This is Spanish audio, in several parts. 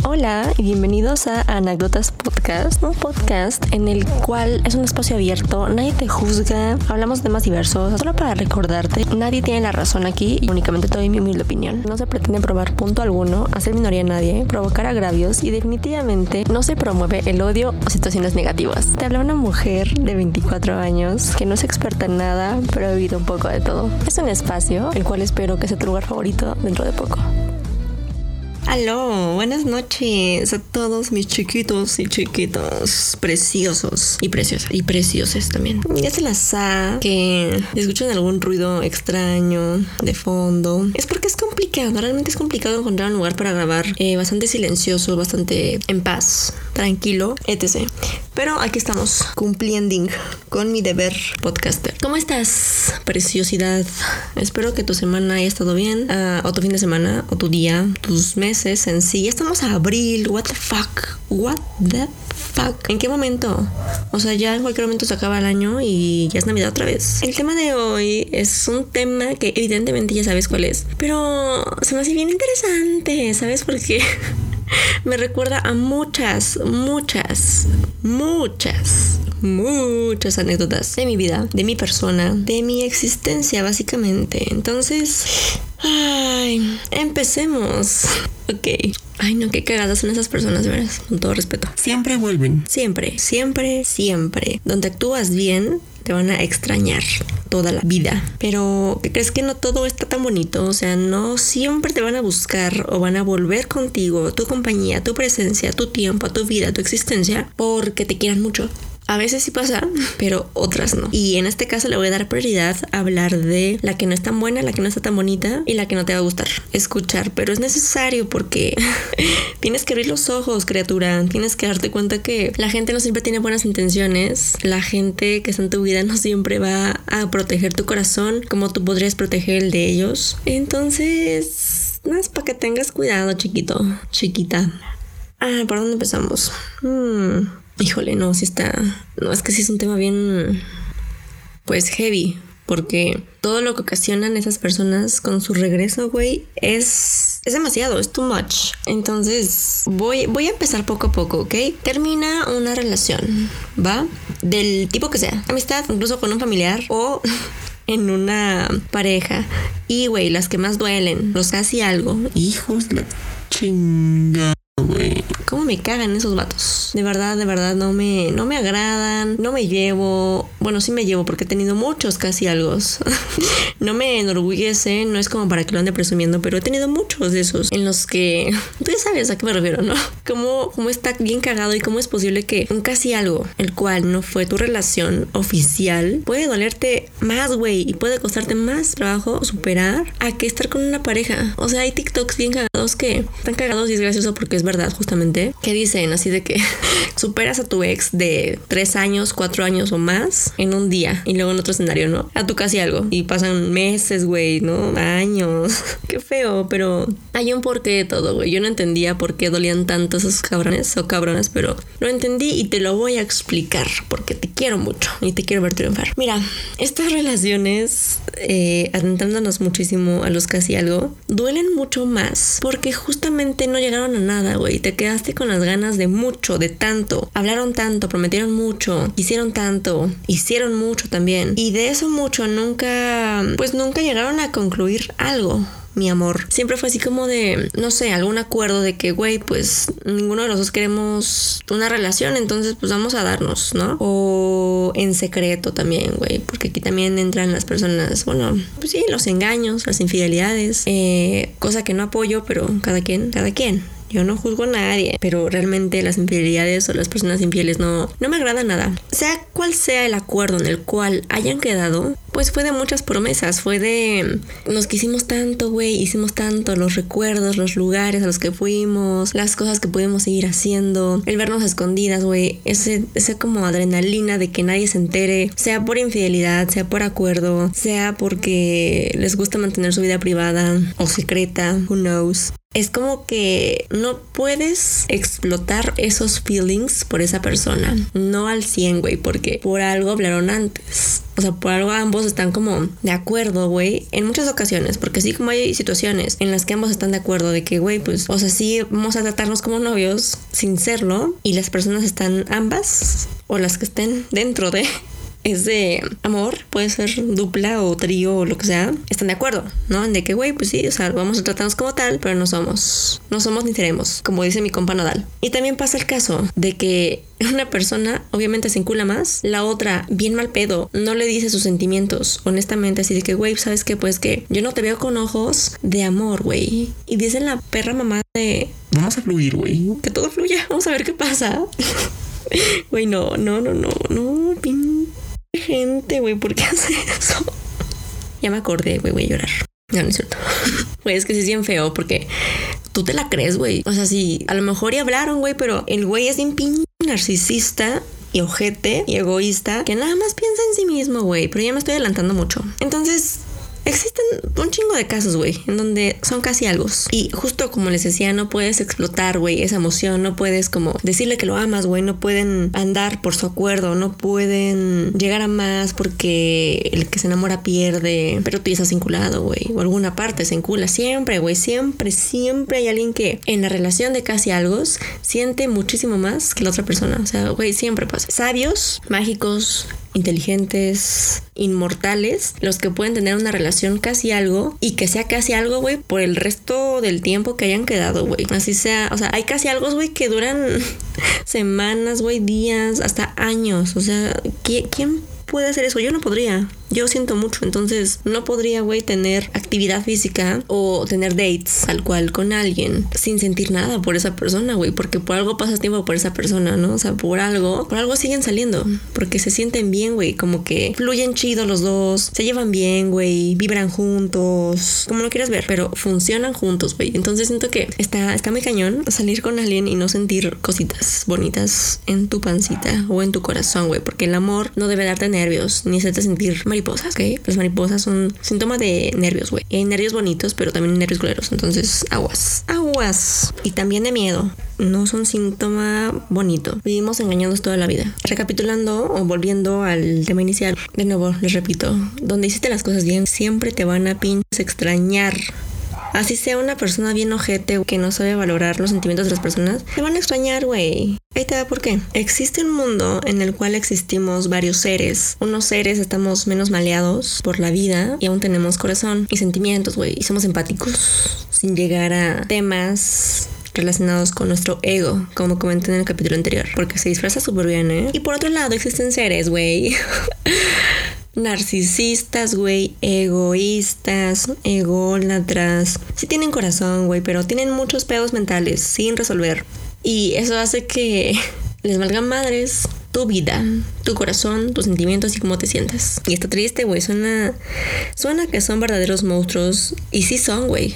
Hola y bienvenidos a Anécdotas Podcast, un podcast en el cual es un espacio abierto, nadie te juzga, hablamos de temas diversos, solo para recordarte, nadie tiene la razón aquí y únicamente te doy mi humilde opinión. No se pretende probar punto alguno, hacer minoría a nadie, provocar agravios y definitivamente no se promueve el odio o situaciones negativas. Te habla una mujer de 24 años que no es experta en nada, pero ha vivido un poco de todo. Es un espacio el cual espero que sea tu lugar favorito dentro de poco. Aló, buenas noches a todos mis chiquitos y chiquitas, preciosos y preciosas y precioses también. Ya se las sabe que escuchan algún ruido extraño de fondo. Es porque es complicado, realmente es complicado encontrar un lugar para grabar bastante silencioso, bastante en paz, tranquilo, etc. Pero aquí estamos, cumpliendo con mi deber podcaster. ¿Cómo estás, preciosidad? Espero que tu semana haya estado bien, o tu fin de semana, o tu día, tus meses en sí. Ya estamos a abril, what the fuck, ¿en qué momento? O sea, ya en cualquier momento se acaba el año y ya es Navidad otra vez. El tema de hoy es un tema que evidentemente ya sabes cuál es, pero se me hace bien interesante, ¿sabes por qué? Me recuerda a muchas anécdotas de mi vida, de mi persona, de mi existencia básicamente. Entonces, empecemos. Ok. Ay, no, qué cagadas son esas personas, ¿verdad? Con todo respeto. Siempre vuelven. Siempre. Donde actúas bien, te van a extrañar toda la vida. Pero ¿crees que no todo está tan bonito? O sea, no siempre te van a buscar o van a volver contigo, tu compañía, tu presencia, tu tiempo, tu vida, tu existencia, porque te quieran mucho. A veces sí pasa, pero otras no. Y en este caso le voy a dar prioridad a hablar de la que no es tan buena, la que no está tan bonita y la que no te va a gustar escuchar. Pero es necesario porque tienes que abrir los ojos, criatura. Tienes que darte cuenta que la gente no siempre tiene buenas intenciones. La gente que está en tu vida no siempre va a proteger tu corazón como tú podrías proteger el de ellos. Entonces, nada más para que tengas cuidado, chiquito, chiquita. ¿Por dónde empezamos? Híjole, no, sí está... No, es que sí es un tema bien... pues heavy. Porque todo lo que ocasionan esas personas con su regreso, güey, es demasiado, es too much. Entonces, voy a empezar poco a poco, ¿ok? Termina una relación, ¿va? Del tipo que sea. Amistad, incluso con un familiar o... en una pareja. Y, güey, las que más duelen, los casi algo. Hijos de la chingada, güey. ¿Cómo me cagan esos vatos? De verdad, no me agradan, no me llevo. Bueno, sí me llevo porque he tenido muchos casi algo. No me enorgullece, no es como para que lo ande presumiendo, pero he tenido muchos de esos en los que... Tú ya sabes a qué me refiero, ¿no? Cómo está bien cagado y cómo es posible que un casi algo, el cual no fue tu relación oficial, puede dolerte más, güey, y puede costarte más trabajo superar a que estar con una pareja. O sea, hay TikToks bien cagados que están cagados y es gracioso porque es verdad, justamente, que dicen así de que superas a tu ex de 3 años, 4 años o más en un día y luego en otro escenario, ¿no? A tu casi algo. Y pasan meses, güey, ¿no? Años. Qué feo, pero hay un porqué de todo, güey. Yo no entendía por qué dolían tanto esos cabrones o cabronas, pero lo entendí y te lo voy a explicar porque te quiero mucho y te quiero ver triunfar. Mira, estas relaciones, atentándonos muchísimo a los casi algo, duelen mucho más porque justamente no llegaron a nada, güey. Te quedaste con las ganas de mucho, de tanto. Hablaron tanto, prometieron mucho, hicieron tanto, hicieron mucho también. Y de eso mucho nunca llegaron a concluir algo. Mi amor, siempre fue así como de, no sé, algún acuerdo de que, güey, pues ninguno de los dos queremos una relación, entonces pues vamos a darnos, ¿no? O en secreto también, güey, porque aquí también entran las personas, bueno, pues sí, los engaños, las infidelidades, cosa que no apoyo, pero cada quien. Yo no juzgo a nadie, pero realmente las infidelidades o las personas infieles no me agrada nada. Sea cual sea el acuerdo en el cual hayan quedado, pues fue de muchas promesas, fue de nos quisimos tanto, güey, hicimos tanto, los recuerdos, los lugares a los que fuimos, las cosas que pudimos seguir haciendo, el vernos a escondidas, güey, ese como adrenalina de que nadie se entere, sea por infidelidad, sea por acuerdo, sea porque les gusta mantener su vida privada o secreta, who knows. es como que no puedes explotar esos feelings por esa persona. No al 100, güey, porque por algo hablaron antes. O sea, por algo ambos están como de acuerdo, güey, en muchas ocasiones. Porque así como hay situaciones en las que ambos están de acuerdo de que, güey, pues, o sea, sí vamos a tratarnos como novios sin serlo. Y las personas están ambas, o las que estén dentro de ese amor, puede ser dupla o trío o lo que sea, están de acuerdo, ¿no? De que, güey, pues sí, o sea, vamos a tratarnos como tal, pero no somos ni seremos, como dice mi compa Nadal. Y también pasa el caso de que una persona obviamente se encula más, la otra bien mal pedo, no le dice sus sentimientos honestamente, así de que, güey, ¿sabes qué? Pues que yo no te veo con ojos de amor, güey. Y dicen la perra mamá de... Vamos a fluir, güey. Que todo fluya, vamos a ver qué pasa. Güey, no, pinche gente, güey, ¿por qué hace eso? Ya me acordé, güey, voy a llorar. No es cierto. Güey, es que sí es bien feo porque tú te la crees, güey. O sea, sí, a lo mejor ya hablaron, güey, pero el güey es bien pinche narcisista y ojete y egoísta que nada más piensa en sí mismo, güey. Pero ya me estoy adelantando mucho. Entonces... existen un chingo de casos, güey, en donde son casi algo. Y justo como les decía, no puedes explotar, güey, esa emoción. No puedes como decirle que lo amas, güey. No pueden andar por su acuerdo. No pueden llegar a más porque el que se enamora pierde. Pero tú ya estás vinculado, güey. O alguna parte se vincula. Siempre, güey. Siempre hay alguien que en la relación de casi algo siente muchísimo más que la otra persona. O sea, güey, siempre pasa. Sabios, mágicos, inteligentes, inmortales, los que pueden tener una relación casi algo y que sea casi algo, güey, por el resto del tiempo que hayan quedado, güey. Así sea, o sea, hay casi algo, güey, que duran semanas, güey, días, hasta años. O sea, ¿quién puede hacer eso? Yo no podría. Yo siento mucho, entonces no podría, güey, tener actividad física o tener dates tal cual con alguien sin sentir nada por esa persona, güey, porque por algo pasas tiempo por esa persona, ¿no? O sea, por algo siguen saliendo, porque se sienten bien, güey, como que fluyen chido los dos, se llevan bien, güey, vibran juntos, como lo quieras ver, pero funcionan juntos, güey. Entonces siento que está muy cañón salir con alguien y no sentir cositas bonitas en tu pancita o en tu corazón, güey, porque el amor no debe darte nervios ni hacerte sentir mariposas, ¿ok? Las mariposas son síntomas de nervios, güey. Hay nervios bonitos, pero también nervios culeros. Entonces, aguas. Y también de miedo. No son síntoma bonito. Vivimos engañados toda la vida. Recapitulando o volviendo al tema inicial, de nuevo, les repito, donde hiciste las cosas bien, siempre te van a pinches extrañar. Así sea una persona bien ojete que no sabe valorar los sentimientos de las personas, te van a extrañar, güey. Ahí te da por qué. Existe un mundo en el cual existimos varios seres. Unos seres estamos menos maleados por la vida y aún tenemos corazón y sentimientos, güey. Y somos empáticos. Sin llegar a temas relacionados con nuestro ego, como comenté en el capítulo anterior. Porque se disfraza súper bien, ¿eh? Y por otro lado existen seres, güey. Narcisistas, güey, egoístas, ególatras. Sí tienen corazón, güey, pero tienen muchos pedos mentales sin resolver. Y eso hace que les valgan madres tu vida, tu corazón, tus sentimientos y cómo te sientas. Y está triste, güey. Suena que son verdaderos monstruos. Y sí son, güey.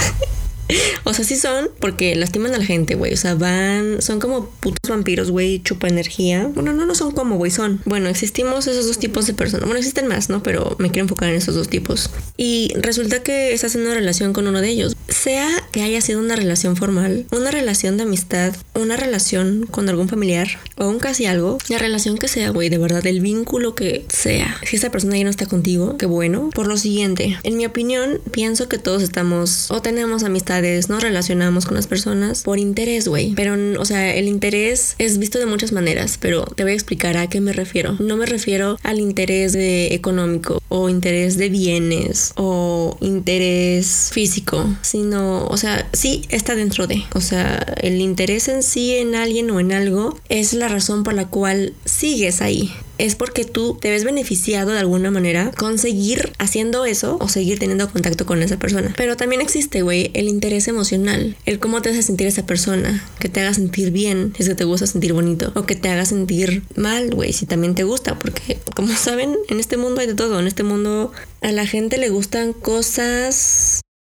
O sea, sí son porque lastiman a la gente, güey. O sea, son como putos vampiros, güey, chupa energía. Bueno, no son como, güey, son. Bueno, existimos esos dos tipos de personas. Bueno, existen más, ¿no? Pero me quiero enfocar en esos dos tipos. Y resulta que estás en una relación con uno de ellos. Sea que haya sido una relación formal, una relación de amistad, una relación con algún familiar o un casi algo. La relación que sea, güey, de verdad, el vínculo que sea. Si esa persona ya no está contigo, qué bueno. Por lo siguiente, en mi opinión, pienso que todos estamos o tenemos amistades, nos relacionamos con las personas por interés, güey. Pero, o sea, el interés es visto de muchas maneras, pero te voy a explicar a qué me refiero. No me refiero al interés económico o interés de bienes o interés físico, sino, o sea, sí está dentro de, o sea, el interés en sí en alguien o en algo es la razón por la cual sigues ahí. Es porque tú te ves beneficiado de alguna manera con seguir haciendo eso o seguir teniendo contacto con esa persona. Pero también existe, güey, el interés emocional. El cómo te hace sentir esa persona. Que te haga sentir bien, si es que te gusta sentir bonito. O que te haga sentir mal, güey, si también te gusta. Porque, como saben, en este mundo hay de todo. En este mundo a la gente le gustan cosas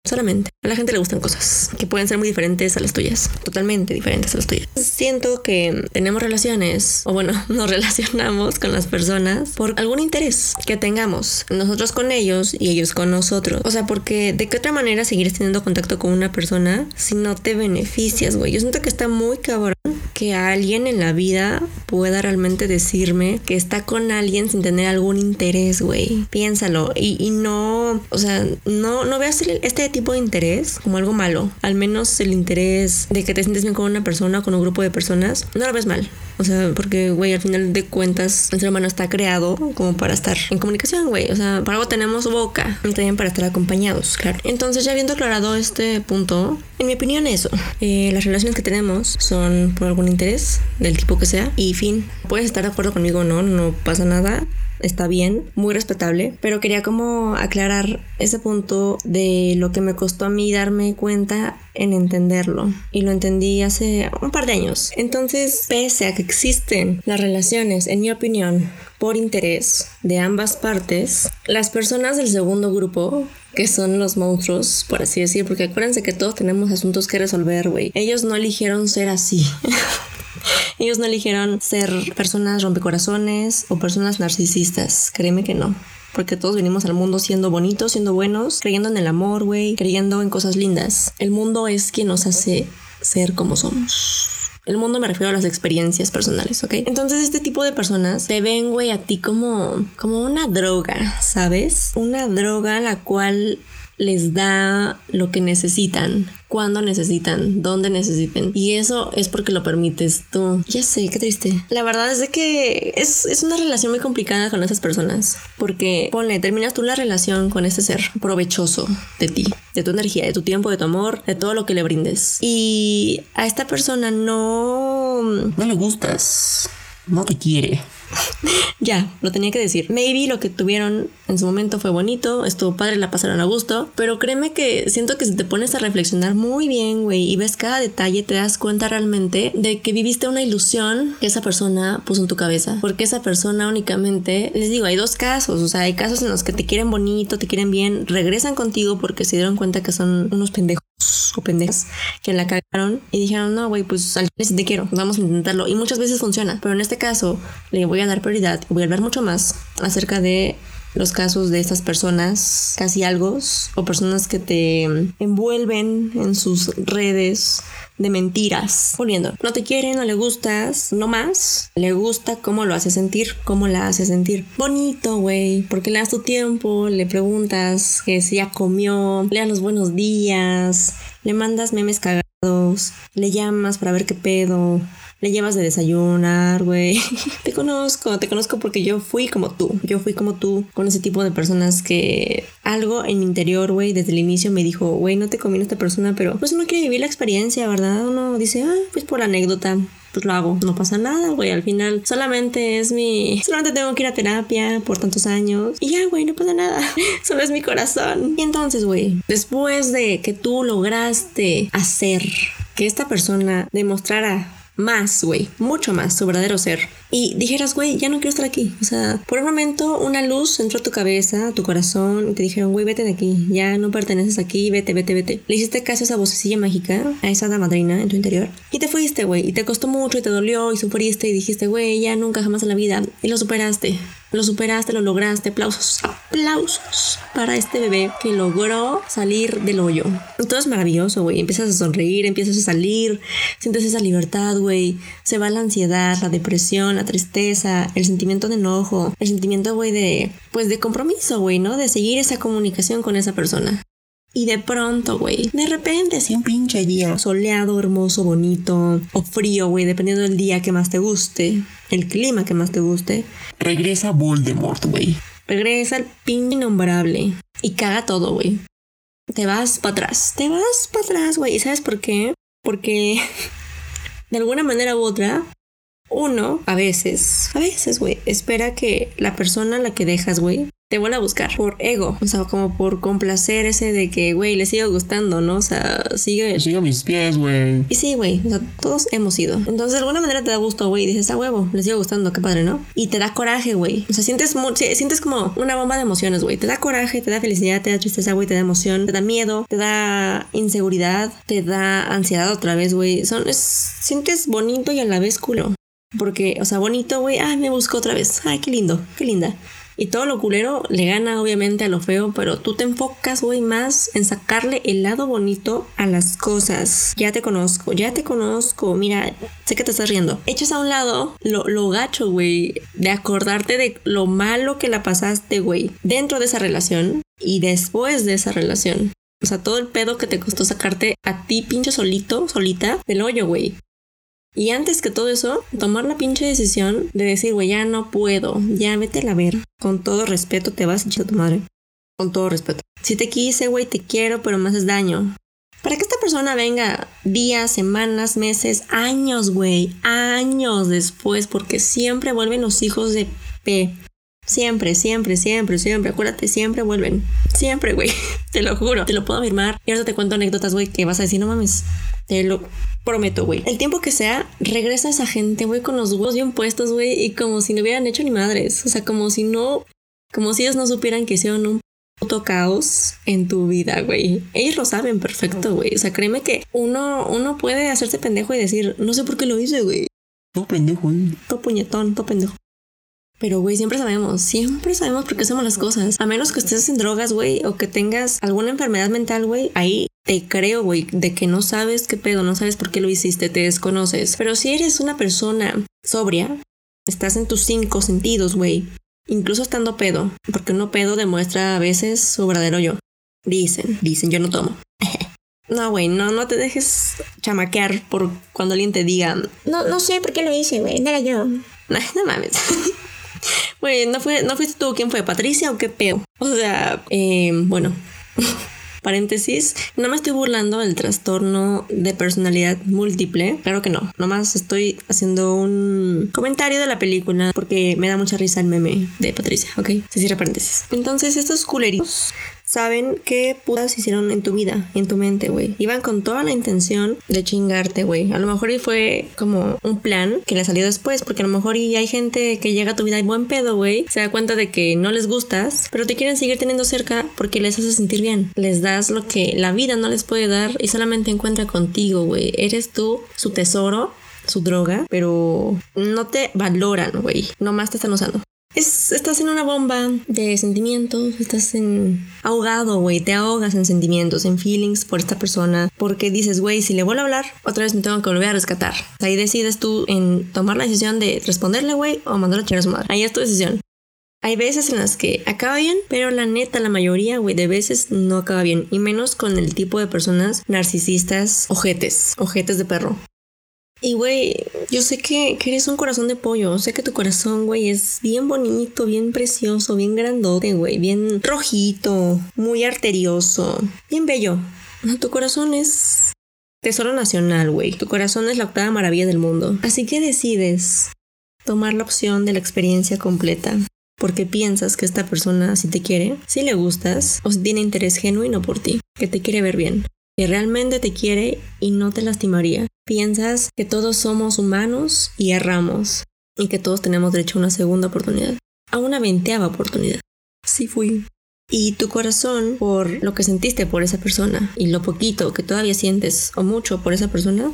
Solamente. A la gente le gustan cosas que pueden ser muy diferentes a las tuyas. Totalmente diferentes a las tuyas. Siento que tenemos relaciones, o bueno, nos relacionamos con las personas por algún interés que tengamos. Nosotros con ellos y ellos con nosotros. O sea, porque ¿de qué otra manera seguirás teniendo contacto con una persona si no te beneficias, güey? Yo siento que está muy cabrón que alguien en la vida pueda realmente decirme que está con alguien sin tener algún interés, güey. Piénsalo. Y no, o sea, no veas este tipo de interés como algo malo. Al menos el interés de que te sientes bien con una persona o con un grupo de personas, no lo ves mal. O sea, porque, güey, al final de cuentas, el ser humano está creado como para estar en comunicación, güey. O sea, para algo tenemos boca y también para estar acompañados, claro. Entonces, ya habiendo aclarado este punto, en mi opinión, eso. Las relaciones que tenemos son por algún interés, del tipo que sea, y fin. Puedes estar de acuerdo conmigo o no pasa nada. Está bien, muy respetable, pero quería como aclarar ese punto de lo que me costó a mí darme cuenta en entenderlo, y lo entendí hace un par de años. Entonces, pese a que existen las relaciones, en mi opinión, por interés de ambas partes, las personas del segundo grupo, que son los monstruos, por así decir, porque acuérdense que todos tenemos asuntos que resolver, güey. Ellos no eligieron ser así. Ellos no eligieron ser personas rompecorazones o personas narcisistas. Créeme que no. Porque todos venimos al mundo siendo bonitos, siendo buenos, creyendo en el amor, güey, creyendo en cosas lindas. El mundo es quien nos hace ser como somos. El mundo me refiero a las experiencias personales, ¿ok? Entonces este tipo de personas te ven, güey, a ti como una droga, ¿sabes? Una droga la cual les da lo que necesitan, cuando necesitan, donde necesiten. Y eso es porque lo permites tú. Ya sé, qué triste. La verdad es de que es una relación muy complicada con esas personas. Porque, ponle, terminas tú la relación con este ser provechoso de ti, de tu energía, de tu tiempo, de tu amor, de todo lo que le brindes. Y a esta persona no le gustas. No te quiere. Ya, lo tenía que decir. Maybe lo que tuvieron en su momento fue bonito, estuvo padre, la pasaron a gusto, pero créeme que siento que si te pones a reflexionar muy bien, güey, y ves cada detalle, te das cuenta realmente de que viviste una ilusión que esa persona puso en tu cabeza. Porque esa persona únicamente, les digo, hay dos casos, o sea, hay casos en los que te quieren bonito, te quieren bien, regresan contigo porque se dieron cuenta que son unos pendejos o pendejas que la cagaron y dijeron, no, güey, pues al chile sí te quiero, vamos a intentarlo. Y muchas veces funciona, pero en este caso le voy a dar prioridad y voy a hablar mucho más acerca de los casos de estas personas casi algo o personas que te envuelven en sus redes de mentiras. Volviendo, no te quiere, no le gustas, no más. Le gusta cómo lo hace sentir, cómo la hace sentir. Bonito, güey, porque le das tu tiempo, le preguntas que si ya comió, le das los buenos días, le mandas memes cagados, le llamas para ver qué pedo, le llevas de desayunar, güey. Te conozco porque yo fui como tú con ese tipo de personas que algo en mi interior, güey, desde el inicio me dijo, güey, no te conviene esta persona, pero pues uno quiere vivir la experiencia, ¿verdad? Uno dice, pues por anécdota, pues lo hago, no pasa nada, güey, al final solamente tengo que ir a terapia por tantos años y ya, güey, no pasa nada, solo es mi corazón. Y entonces, güey, después de que tú lograste hacer que esta persona demostrara más, güey, mucho más su verdadero ser y dijeras, güey, ya no quiero estar aquí, o sea, por un momento una luz entró a tu cabeza, a tu corazón y te dijeron, güey, vete de aquí, ya no perteneces aquí, vete. Le hiciste caso a esa vocecilla mágica, a esa hada madrina en tu interior y te fuiste, güey, y te costó mucho y te dolió y sufriste y dijiste, güey, ya nunca jamás en la vida, y lo superaste, lo lograste. Aplausos para este bebé que logró salir del hoyo. Todo es maravilloso, güey. Empiezas a sonreír, empiezas a salir, sientes esa libertad, güey. Se va la ansiedad, la depresión, la tristeza, el sentimiento de enojo, el sentimiento, güey, de compromiso, güey, ¿no? De seguir esa comunicación con esa persona. Y de pronto, güey, de repente, así un pinche día soleado, hermoso, bonito o frío, güey, dependiendo del día que más te guste, el clima que más te guste. Regresa Voldemort, güey. Regresa el pinche innombrable y caga todo, güey. Te vas para atrás, güey. ¿Y sabes por qué? Porque de alguna manera u otra, uno, a veces, güey, espera que la persona a la que dejas, güey, te vuelve a buscar por ego, o sea, como por complacer ese de que, güey, le sigo gustando, ¿no? O sea, sigue a mis pies, güey. Y sí, güey, o sea, todos hemos ido. Entonces, de alguna manera te da gusto, güey, y dices, a huevo, le sigo gustando, qué padre, ¿no? Y te da coraje, güey. O sea, sientes como una bomba de emociones, güey. Te da coraje, te da felicidad, te da tristeza, güey, te da emoción, te da miedo, te da inseguridad, te da ansiedad otra vez, güey. Sientes bonito y a la vez culo. Porque, o sea, bonito, güey, ay, me buscó otra vez. Ay, qué lindo, qué linda. Y todo lo culero le gana obviamente a lo feo, pero tú te enfocas, güey, más en sacarle el lado bonito a las cosas. Ya te conozco, mira, sé que te estás riendo. Echas a un lado lo gacho, güey, de acordarte de lo malo que la pasaste, güey, dentro de esa relación y después de esa relación. O sea, todo el pedo que te costó sacarte a ti, pinche solita, del hoyo, güey. Y antes que todo eso, tomar la pinche decisión de decir, güey, ya no puedo, ya vete a la ver. Con todo respeto te vas a echar a tu madre. Con todo respeto. Si te quise, güey, te quiero, pero me haces daño. Para que esta persona venga días, semanas, meses, años, güey, años después, porque siempre vuelven los hijos de P. Siempre. Acuérdate, siempre vuelven. Siempre, güey. Te lo juro. Te lo puedo afirmar. Y ahora te cuento anécdotas, güey, que vas a decir, no mames. Te lo prometo, güey. El tiempo que sea, regresa esa gente, güey, con los huevos bien puestos, güey, y como si no hubieran hecho ni madres. O sea, como si ellos no supieran que hicieron un puto caos en tu vida, güey. Ellos lo saben perfecto, güey. O sea, créeme que uno puede hacerse pendejo y decir, no sé por qué lo hice, güey. Todo pendejo, güey. Todo puñetón, todo pendejo. Pero, güey, siempre sabemos por qué hacemos las cosas. A menos que estés en drogas, güey, o que tengas alguna enfermedad mental, güey, ahí te creo, güey, de que no sabes qué pedo, no sabes por qué lo hiciste, te desconoces. Pero si eres una persona sobria, estás en tus 5 sentidos, güey, incluso estando pedo, porque uno pedo demuestra a veces su verdadero yo. Dicen, yo no tomo. No, güey, no te dejes chamaquear por cuando alguien te diga, no sé por qué lo hice, güey, no era yo. No mames. Güey, ¿no fuiste tú? ¿Quién fue? ¿Patricia o qué pedo? O sea, bueno, paréntesis, no me estoy burlando del trastorno de personalidad múltiple. Claro que no, nomás estoy haciendo un comentario de la película porque me da mucha risa el meme de Patricia, ¿ok? Se cierra paréntesis. Entonces, estos culeritos saben qué putas hicieron en tu vida, en tu mente, güey. Iban con toda la intención de chingarte, güey. A lo mejor y fue como un plan que le salió después, porque a lo mejor y hay gente que llega a tu vida y buen pedo, güey. Se da cuenta de que no les gustas, pero te quieren seguir teniendo cerca porque les hace sentir bien. Les das lo que la vida no les puede dar y solamente encuentra contigo, güey. Eres tú su tesoro, su droga, pero no te valoran, güey. Nomás te están usando. Estás en una bomba de sentimientos, estás ahogado, güey, te ahogas en sentimientos, en feelings por esta persona, porque dices, güey, si le vuelvo a hablar, otra vez me tengo que volver a rescatar. Ahí decides tú en tomar la decisión de responderle, güey, o mandarlo a echar a su madre. Ahí es tu decisión. Hay veces en las que acaba bien, pero la neta, la mayoría, güey, de veces no acaba bien, y menos con el tipo de personas narcisistas, ojetes de perro. Y, güey, yo sé que eres un corazón de pollo. Sé que tu corazón, güey, es bien bonito, bien precioso, bien grandote, güey. Bien rojito, muy arterioso, bien bello. Tu corazón es tesoro nacional, güey. Tu corazón es la 8ª maravilla del mundo. Así que decides tomar la opción de la experiencia completa. Porque piensas que esta persona sí te quiere, si le gustas, o si tiene interés genuino por ti, que te quiere ver bien, que realmente te quiere y no te lastimaría. Piensas que todos somos humanos y erramos, y que todos tenemos derecho a una segunda oportunidad, a una 20ª oportunidad. Sí fui. Y tu corazón, por lo que sentiste por esa persona, y lo poquito que todavía sientes, o mucho por esa persona,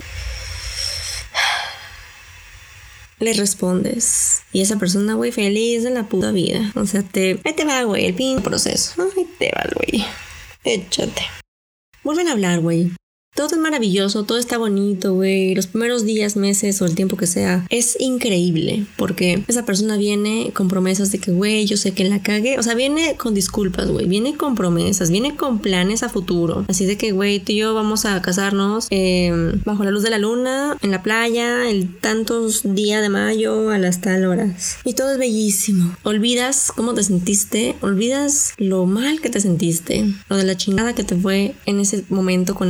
le respondes. Y esa persona, güey, feliz de la puta vida. O sea, ahí te va, güey, el fin proceso. Ahí te va, güey. Échate. Vuelven a hablar, güey. Todo es maravilloso, todo está bonito, güey. Los primeros días, meses o el tiempo que sea, es increíble. Porque esa persona viene con promesas de que, güey, yo sé que la cagué. O sea, viene con disculpas, güey. Viene con promesas, viene con planes a futuro. Así de que, güey, tú y yo vamos a casarnos bajo la luz de la luna, en la playa, el tantos días de mayo, a las tal horas. Y todo es bellísimo. Olvidas cómo te sentiste, olvidas lo mal que te sentiste, lo de la chingada que te fue en ese momento con esa persona.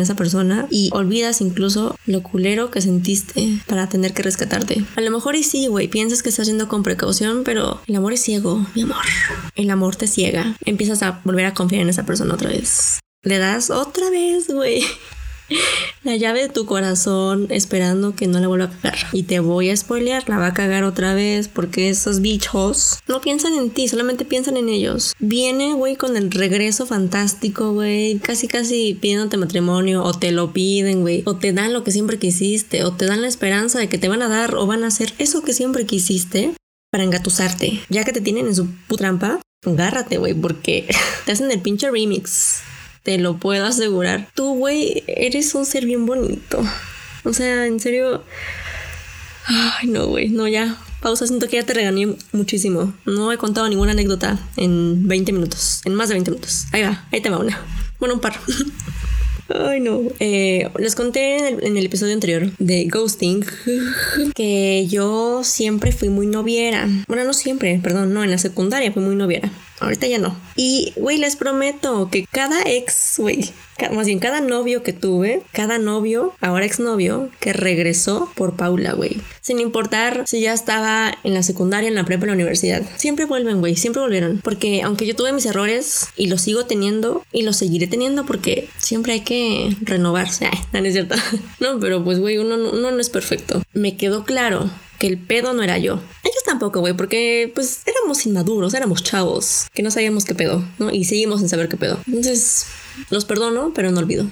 persona y olvidas incluso lo culero que sentiste para tener que rescatarte. A lo mejor y sí, güey, piensas que estás yendo con precaución, pero el amor es ciego, mi amor. El amor te ciega. Empiezas a volver a confiar en esa persona otra vez. Le das otra vez, güey, la llave de tu corazón esperando que no la vuelva a cagar. Y te voy a spoilear, la va a cagar otra vez porque esos bichos no piensan en ti, solamente piensan en ellos. Viene, güey, con el regreso fantástico, güey, casi pidiéndote matrimonio, o te lo piden, güey, o te dan lo que siempre quisiste, o te dan la esperanza de que te van a dar o van a hacer eso que siempre quisiste para engatusarte. Ya que te tienen en su puta trampa, agárrate, güey, porque te hacen el pinche remix. Te lo puedo asegurar. Tú, güey, eres un ser bien bonito. O sea, en serio. Ay, no, güey. No, ya. Pausa. Siento que ya te regañé muchísimo. No he contado ninguna anécdota en 20 minutos. En más de 20 minutos. Ahí va. Ahí te va una. Bueno, un par. Ay, no. Les conté en el episodio anterior de ghosting que yo siempre fui muy noviera. Bueno, no siempre, perdón, no, en la secundaria fui muy noviera. Ahorita ya no. Y, güey, les prometo que cada ex, güey, más bien cada novio que tuve, cada novio, ahora exnovio, que regresó por Paula, güey. Sin importar si ya estaba en la secundaria, en la prepa, en la universidad. Siempre vuelven, güey, siempre volvieron. Porque aunque yo tuve mis errores y los sigo teniendo y los seguiré teniendo porque siempre hay que renovarse. Ay, no es cierto. No, pero pues, güey, uno no es perfecto. Me quedó claro que el pedo no era yo. Ellos tampoco, güey, porque pues éramos inmaduros, éramos chavos, que no sabíamos qué pedo, ¿no? Y seguimos sin saber qué pedo. Entonces, los perdono, pero no olvido.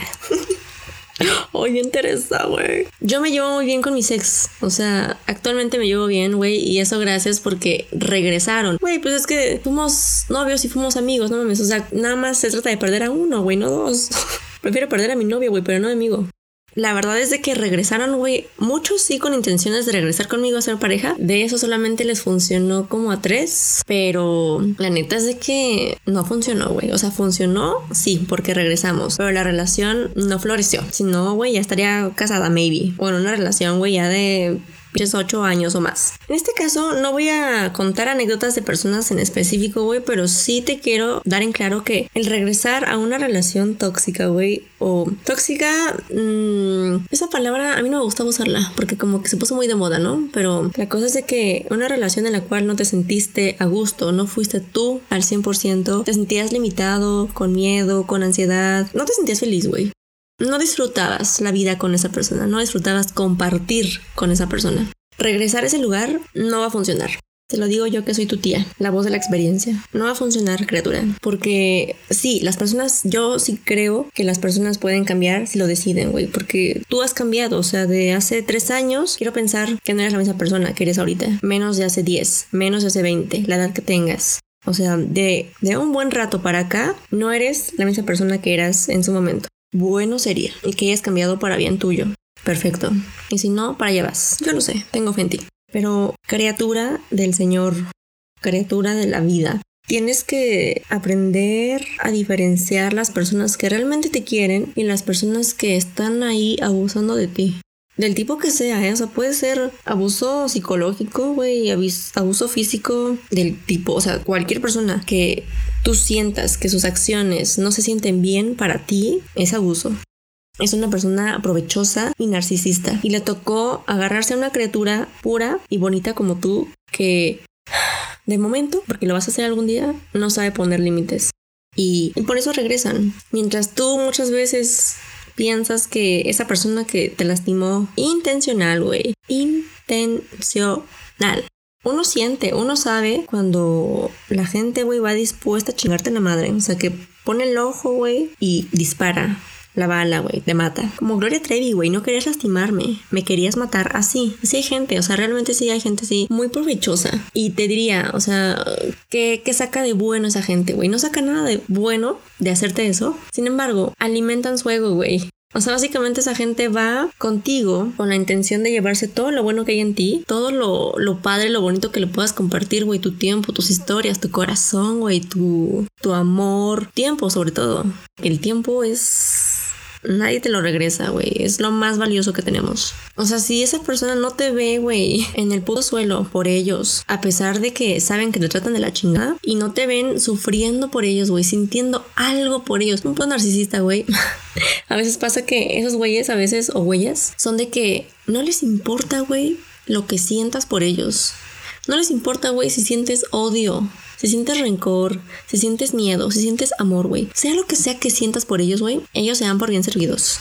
Oye, interesa, güey. Yo me llevo muy bien con mis ex. O sea, actualmente me llevo bien, güey. Y eso gracias porque regresaron. Güey, pues es que fuimos novios y fuimos amigos, no mames. O sea, nada más se trata de perder a uno, güey, no dos. Prefiero perder a mi novio, güey, pero no a mi amigo. La verdad es de que regresaron, güey. Muchos sí con intenciones de regresar conmigo a ser pareja. De eso solamente les funcionó como a 3. Pero la neta es de que no funcionó, güey. O sea, funcionó, sí, porque regresamos. Pero la relación no floreció. Si no, güey, ya estaría casada, maybe. O en una relación, güey, ya de 8 años o más. En este caso no voy a contar anécdotas de personas en específico, güey, pero sí te quiero dar en claro que el regresar a una relación tóxica, güey, o tóxica, esa palabra a mí no me gusta usarla porque como que se puso muy de moda, ¿no? Pero la cosa es de que una relación en la cual no te sentiste a gusto, no fuiste tú al 100%, te sentías limitado, con miedo, con ansiedad, no te sentías feliz, güey. No disfrutabas la vida con esa persona, no disfrutabas compartir con esa persona. Regresar a ese lugar no va a funcionar. Te lo digo yo que soy tu tía, la voz de la experiencia. No va a funcionar, criatura. Porque sí, las personas, yo sí creo que las personas pueden cambiar si lo deciden, güey. Porque tú has cambiado, o sea, de hace 3 años, quiero pensar que no eres la misma persona que eres ahorita. Menos de hace 10, menos de hace 20, la edad que tengas. O sea, de un buen rato para acá, no eres la misma persona que eras en su momento. Bueno sería y que hayas cambiado para bien tuyo. Perfecto. Y si no, para allá vas. Yo lo sé, tengo fe en ti. Pero criatura del Señor, criatura de la vida, tienes que aprender a diferenciar las personas que realmente te quieren y las personas que están ahí abusando de ti. Del tipo que sea, ¿eh? O sea, puede ser abuso psicológico, güey, abuso físico, del tipo, o sea, cualquier persona que tú sientas que sus acciones no se sienten bien para ti, es abuso. Es una persona aprovechosa y narcisista. Y le tocó agarrarse a una criatura pura y bonita como tú que, de momento, porque lo vas a hacer algún día, no sabe poner límites. Y por eso regresan. Mientras tú muchas veces piensas que esa persona que te lastimó intencional, güey. Intencional. Uno siente, uno sabe cuando la gente, güey, va dispuesta a chingarte la madre. O sea, que pone el ojo, güey, y dispara la bala, güey, te mata. Como Gloria Trevi, güey, no querías lastimarme, me querías matar así. Sí hay gente, o sea, realmente sí hay gente así, muy provechosa. Y te diría, o sea, ¿qué saca de bueno esa gente, güey? No saca nada de bueno de hacerte eso. Sin embargo, alimentan su ego, güey. O sea, básicamente esa gente va contigo con la intención de llevarse todo lo bueno que hay en ti, todo lo padre, lo bonito que le puedas compartir, güey, tu tiempo, tus historias, tu corazón, güey, tu amor, tiempo sobre todo. El tiempo es... Nadie te lo regresa, güey. Es lo más valioso que tenemos. O sea, si esa persona no te ve, güey, en el puto suelo por ellos, a pesar de que saben que te tratan de la chingada, y no te ven sufriendo por ellos, güey, sintiendo algo por ellos. Un puto narcisista, güey. A veces pasa que esos güeyes, o güeyas, son de que no les importa, güey, lo que sientas por ellos. No les importa, güey, si sientes odio, si sientes rencor, si sientes miedo, si sientes amor, güey. Sea lo que sea que sientas por ellos, güey, ellos se dan por bien servidos.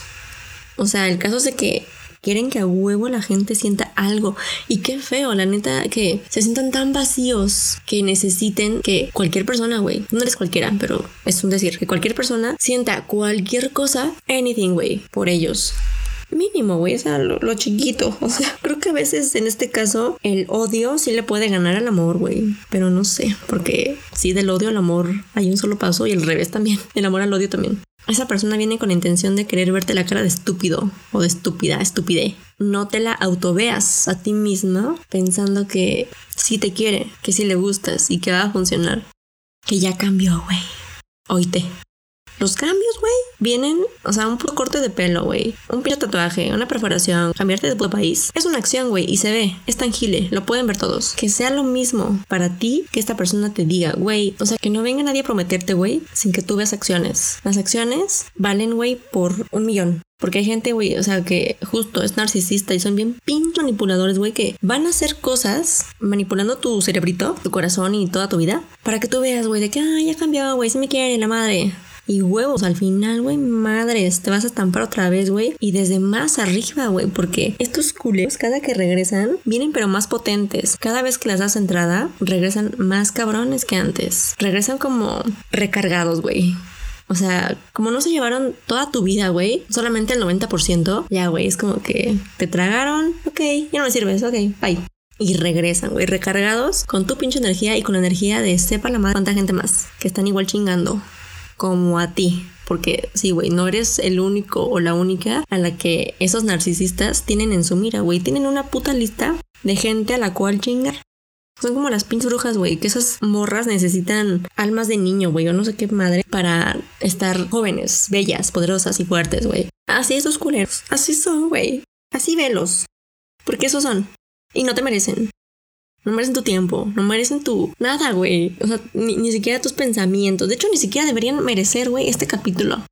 O sea, el caso es de que quieren que a huevo la gente sienta algo. Y qué feo, la neta, que se sientan tan vacíos que necesiten que cualquier persona, güey, no eres cualquiera, pero es un decir, que cualquier persona sienta cualquier cosa, anything, güey, por ellos. Mínimo, güey, o sea, lo chiquito. O sea, creo que a veces en este caso el odio sí le puede ganar al amor, güey. Pero no sé, porque sí, del odio al amor hay un solo paso y el revés también. El amor al odio también. Esa persona viene con la intención de querer verte la cara de estúpido o de estúpida, estupidez. No te la autoveas a ti misma pensando que sí te quiere, que sí le gustas y que va a funcionar. Que ya cambió, güey. Oíte. Los cambios, güey, vienen, o sea, un puro corte de pelo, güey, un pinche tatuaje, una perforación, cambiarte de país. Es una acción, güey, y se ve, es tangible, lo pueden ver todos. Que sea lo mismo para ti que esta persona te diga, güey, o sea, que no venga nadie a prometerte, güey, sin que tú veas acciones. Las acciones valen, güey, por 1,000,000. Porque hay gente, güey, o sea, que justo es narcisista y son bien pinches manipuladores, güey, que van a hacer cosas manipulando tu cerebrito, tu corazón y toda tu vida para que tú veas, güey, de que, ya cambió, güey, sí me quiere la madre. Y huevos, al final, güey, madres, te vas a estampar otra vez, güey. Y desde más arriba, güey, porque estos culeros, cada que regresan, vienen pero más potentes. Cada vez que les das entrada, regresan más cabrones que antes. Regresan como recargados, güey. O sea, como no se llevaron toda tu vida, güey, solamente el 90%, ya, güey, es como que te tragaron, ok, ya no me sirves, ok, bye. Y regresan, güey, recargados con tu pinche energía y con la energía de sepa la madre cuánta gente más que están igual chingando como a ti. Porque sí, güey, no eres el único o la única a la que esos narcisistas tienen en su mira, güey. Tienen una puta lista de gente a la cual chingar. Son como las pinches brujas, güey, que esas morras necesitan almas de niño, güey, o no sé qué madre, para estar jóvenes, bellas, poderosas y fuertes, güey. Así esos culeros, así son, güey. Así velos. Porque esos son. Y no te merecen. No merecen tu tiempo, no merecen tu... nada, güey. O sea, ni siquiera tus pensamientos. De hecho, ni siquiera deberían merecer, güey, este capítulo.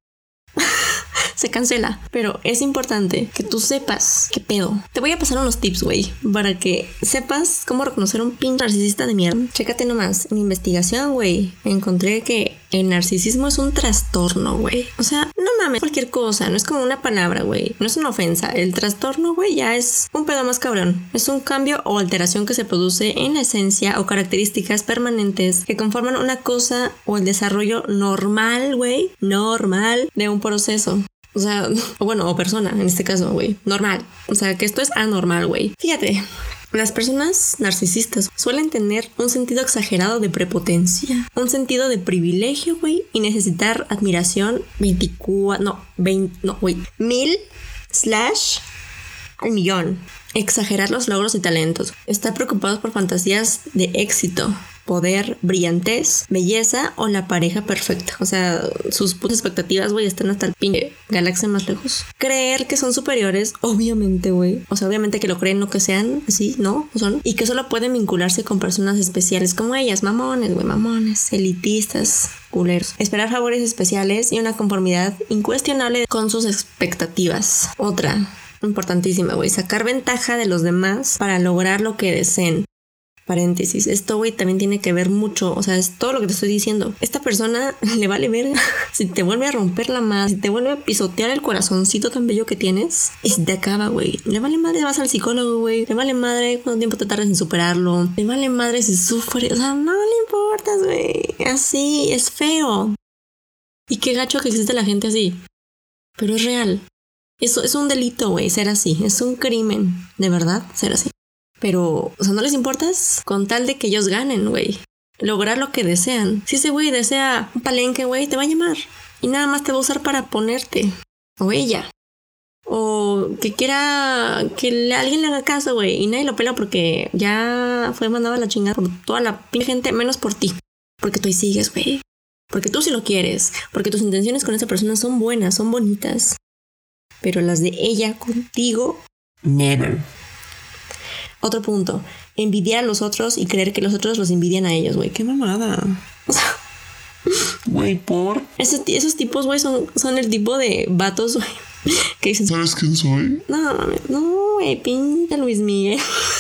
Se cancela. Pero es importante que tú sepas qué pedo. Te voy a pasar unos tips, güey, para que sepas cómo reconocer un pinche narcisista de mierda. Chécate nomás. En mi investigación, güey, encontré que el narcisismo es un trastorno, güey. O sea, no mames, cualquier cosa. No es como una palabra, güey. No es una ofensa. El trastorno, güey, ya es un pedo más cabrón. Es un cambio o alteración que se produce en la esencia o características permanentes que conforman una cosa o el desarrollo normal, güey, normal de un proceso. O sea, o persona, en este caso, güey, normal. O sea, que esto es anormal, güey. Fíjate, las personas narcisistas suelen tener un sentido exagerado de prepotencia, un sentido de privilegio, güey, y necesitar admiración 1000/1,000,000. Exagerar los logros y talentos. Estar preocupados por fantasías de éxito, poder, brillantez, belleza o la pareja perfecta. O sea, sus putas expectativas, güey, están hasta el pinche galaxia más lejos. Creer que son superiores, obviamente, güey. O sea, obviamente que lo creen, no que sean así, ¿no? Son. Y que solo pueden vincularse con personas especiales como ellas. Mamones, güey, mamones, elitistas, culeros. Esperar favores especiales y una conformidad incuestionable con sus expectativas. Otra importantísima, güey. Sacar ventaja de los demás para lograr lo que deseen. Paréntesis, esto, güey, también tiene que ver mucho, o sea, es todo lo que te estoy diciendo. Esta persona le vale ver si te vuelve a romper la madre, si te vuelve a pisotear el corazoncito tan bello que tienes y si te acaba, güey. Le vale madre, vas al psicólogo, güey. Le vale madre cuánto tiempo te tardas en superarlo. Le vale madre si sufre, o sea, no le importas, güey. Así, es feo. Y qué gacho que existe la gente así. Pero es real. Eso es un delito, güey, ser así. Es un crimen, de verdad, ser así. Pero, o sea, no les importas con tal de que ellos ganen, güey. Lograr lo que desean. Si ese güey desea un palenque, güey, te va a llamar. Y nada más te va a usar para ponerte. O ella. O que quiera que alguien le haga caso, güey. Y nadie lo pela porque ya fue mandado a la chingada por toda la pinche gente, menos por ti. Porque tú ahí sigues, güey. Porque tú sí lo quieres. Porque tus intenciones con esa persona son buenas, son bonitas. Pero las de ella contigo, never. Otro punto, envidiar a los otros y creer que los otros los envidian a ellos, güey. ¡Qué mamada! Güey, ¿por? Esos tipos, güey, son el tipo de vatos, güey, que dicen, ¿Sabes quién soy? no, mames, no, güey, pinta Luis Miguel.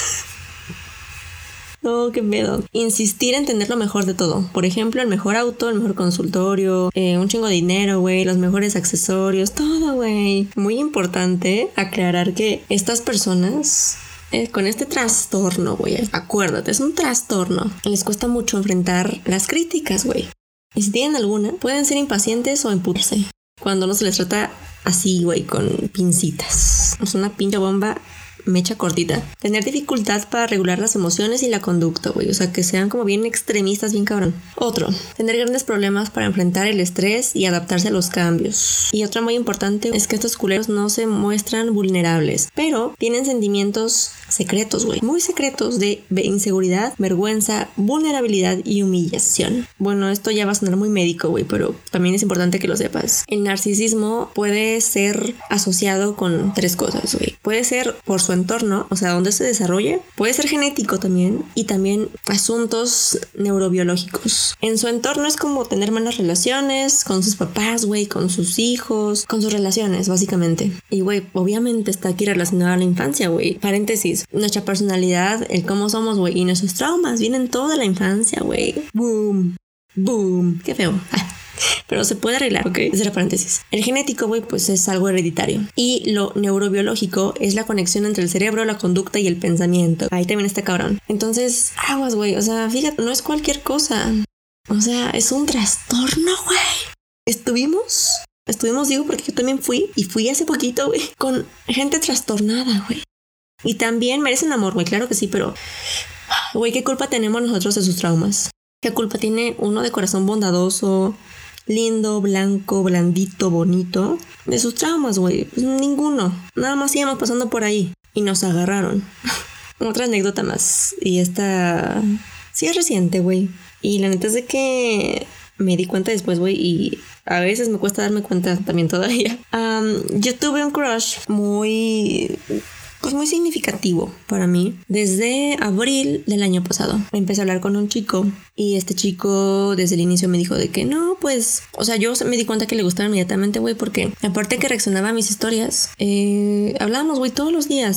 No, qué pedo. Insistir en tener lo mejor de todo. Por ejemplo, el mejor auto, el mejor consultorio, un chingo de dinero, güey, los mejores accesorios, todo, güey. Muy importante aclarar que estas personas con este trastorno, güey, acuérdate, es un trastorno. Les cuesta mucho enfrentar las críticas, güey. Y si tienen alguna, pueden ser impacientes o emputarse. Cuando no se les trata así, güey, con pincitas. Es una pinche bomba mecha cortita. Tener dificultad para regular las emociones y la conducta, güey. O sea, que sean como bien extremistas, bien cabrón. Otro, tener grandes problemas para enfrentar el estrés y adaptarse a los cambios. Y otra muy importante es que estos culeros no se muestran vulnerables, pero tienen sentimientos secretos, güey. Muy secretos de inseguridad, vergüenza, vulnerabilidad y humillación. Bueno, esto ya va a sonar muy médico, güey, pero también es importante que lo sepas. El narcisismo puede ser asociado con 3 cosas, güey. Puede ser por su entorno, o sea, donde se desarrolle. Puede ser genético también. Y también asuntos neurobiológicos. En su entorno es como tener malas relaciones con sus papás, güey, con sus hijos, con sus relaciones, básicamente. Y, güey, obviamente está aquí relacionado a la infancia, güey. Paréntesis. Nuestra personalidad, el cómo somos, güey, y nuestros traumas vienen toda la infancia, güey. Boom. Boom. Qué feo. Pero se puede arreglar, ¿ok? Ese era paréntesis. El genético, güey, pues es algo hereditario. Y lo neurobiológico es la conexión entre el cerebro, la conducta y el pensamiento. Ahí también está cabrón. Entonces, aguas, güey. O sea, fíjate, no es cualquier cosa. O sea, es un trastorno, güey. Estuvimos, digo, porque yo también fui hace poquito, güey, con gente trastornada, güey. Y también merecen amor, güey, claro que sí, pero, güey, ¿qué culpa tenemos nosotros de sus traumas? ¿Qué culpa tiene uno de corazón bondadoso, lindo, blanco, blandito, bonito, de sus traumas, güey? Pues ninguno. Nada más íbamos pasando por ahí y nos agarraron. Otra anécdota más. Y esta sí es reciente, güey. Y la neta es de que me di cuenta después, güey, y a veces me cuesta darme cuenta también todavía. Yo tuve un crush muy significativo para mí. Desde abril del año pasado empecé a hablar con un chico y este chico desde el inicio me dijo de que no, pues, o sea, yo me di cuenta que le gustaba inmediatamente, güey, porque aparte que reaccionaba a mis historias, hablábamos, güey, todos los días,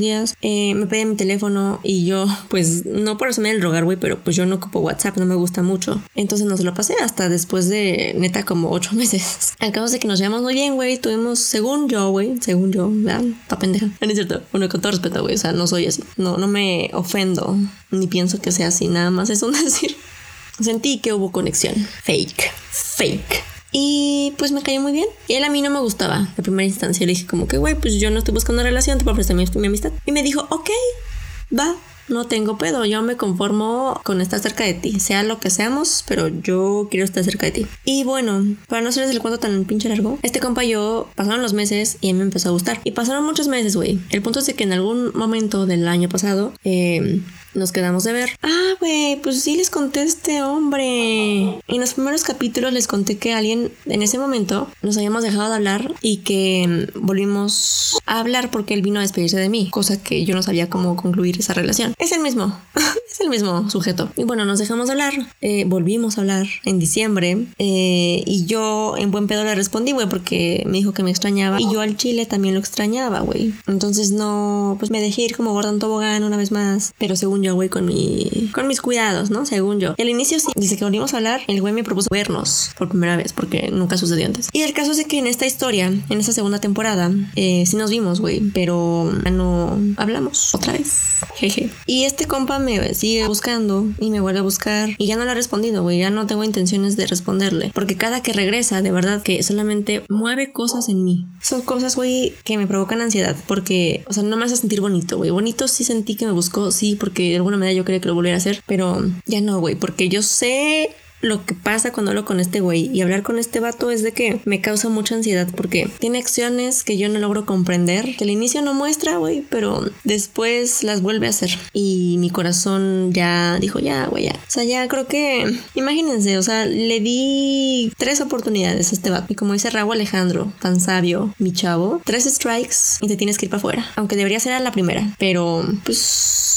me pedía mi teléfono y yo, pues, no por asumir el rogar, güey, pero pues yo no ocupo WhatsApp, no me gusta mucho, entonces no se lo pasé hasta después de, neta, como 8 meses. Al caso de que nos llevamos muy bien, güey, tuvimos, según yo, ¿verdad? Pa' pendeja, no es cierto. Bueno, con todo respeto, güey, o sea, no soy así. No me ofendo, ni pienso que sea así, nada más es un decir. Sentí que hubo conexión. Fake. Y pues me cayó muy bien. Y él a mí no me gustaba de primera instancia. Le dije como que, güey, pues yo no estoy buscando una relación, te puedo prestar mi amistad. Y me dijo, ok, va. No tengo pedo, yo me conformo con estar cerca de ti, sea lo que seamos, pero yo quiero estar cerca de ti. Y bueno, para no hacerles el cuento tan pinche largo, este compa y yo pasaron los meses y a mí me empezó a gustar. Y pasaron muchos meses, güey. El punto es de que en algún momento del año pasado nos quedamos de ver. Güey, pues sí les conté a este hombre. En los primeros capítulos les conté que alguien en ese momento nos habíamos dejado de hablar y que volvimos a hablar porque él vino a despedirse de mí, cosa que yo no sabía cómo concluir esa relación. Es el mismo sujeto. Y bueno, nos dejamos de hablar, volvimos a hablar en diciembre y yo en buen pedo le respondí, güey, porque me dijo que me extrañaba y yo al chile también lo extrañaba, güey. Entonces no, pues me dejé ir como gorda en tobogán una vez más, pero según yo, güey, con mis cuidados, ¿no? Según yo. Y al inicio sí, dice que volvimos a hablar, el güey me propuso vernos por primera vez porque nunca sucedió antes. Y el caso es de que en esta historia, en esta segunda temporada, sí nos vimos, güey, pero no hablamos otra vez. Jeje. Y este compa me sigue buscando y me vuelve a buscar y ya no le he respondido, güey, ya no tengo intenciones de responderle, porque cada que regresa, de verdad que solamente mueve cosas en mí. Son cosas, güey, que me provocan ansiedad, porque, o sea, no me hace sentir bonito, güey. Bonito sí sentí que me buscó, sí, porque de alguna manera yo quería que lo volviera a hacer, pero ya no, güey, porque yo sé lo que pasa cuando hablo con este güey y hablar con este vato es de que me causa mucha ansiedad porque tiene acciones que yo no logro comprender, que al inicio no muestra, güey, pero después las vuelve a hacer y mi corazón ya dijo, ya, güey, ya. O sea, ya creo que, imagínense, o sea, le di 3 oportunidades a este vato y como dice Raúl Alejandro, tan sabio, mi chavo, 3 strikes y te tienes que ir para afuera, aunque debería ser a la primera, pero pues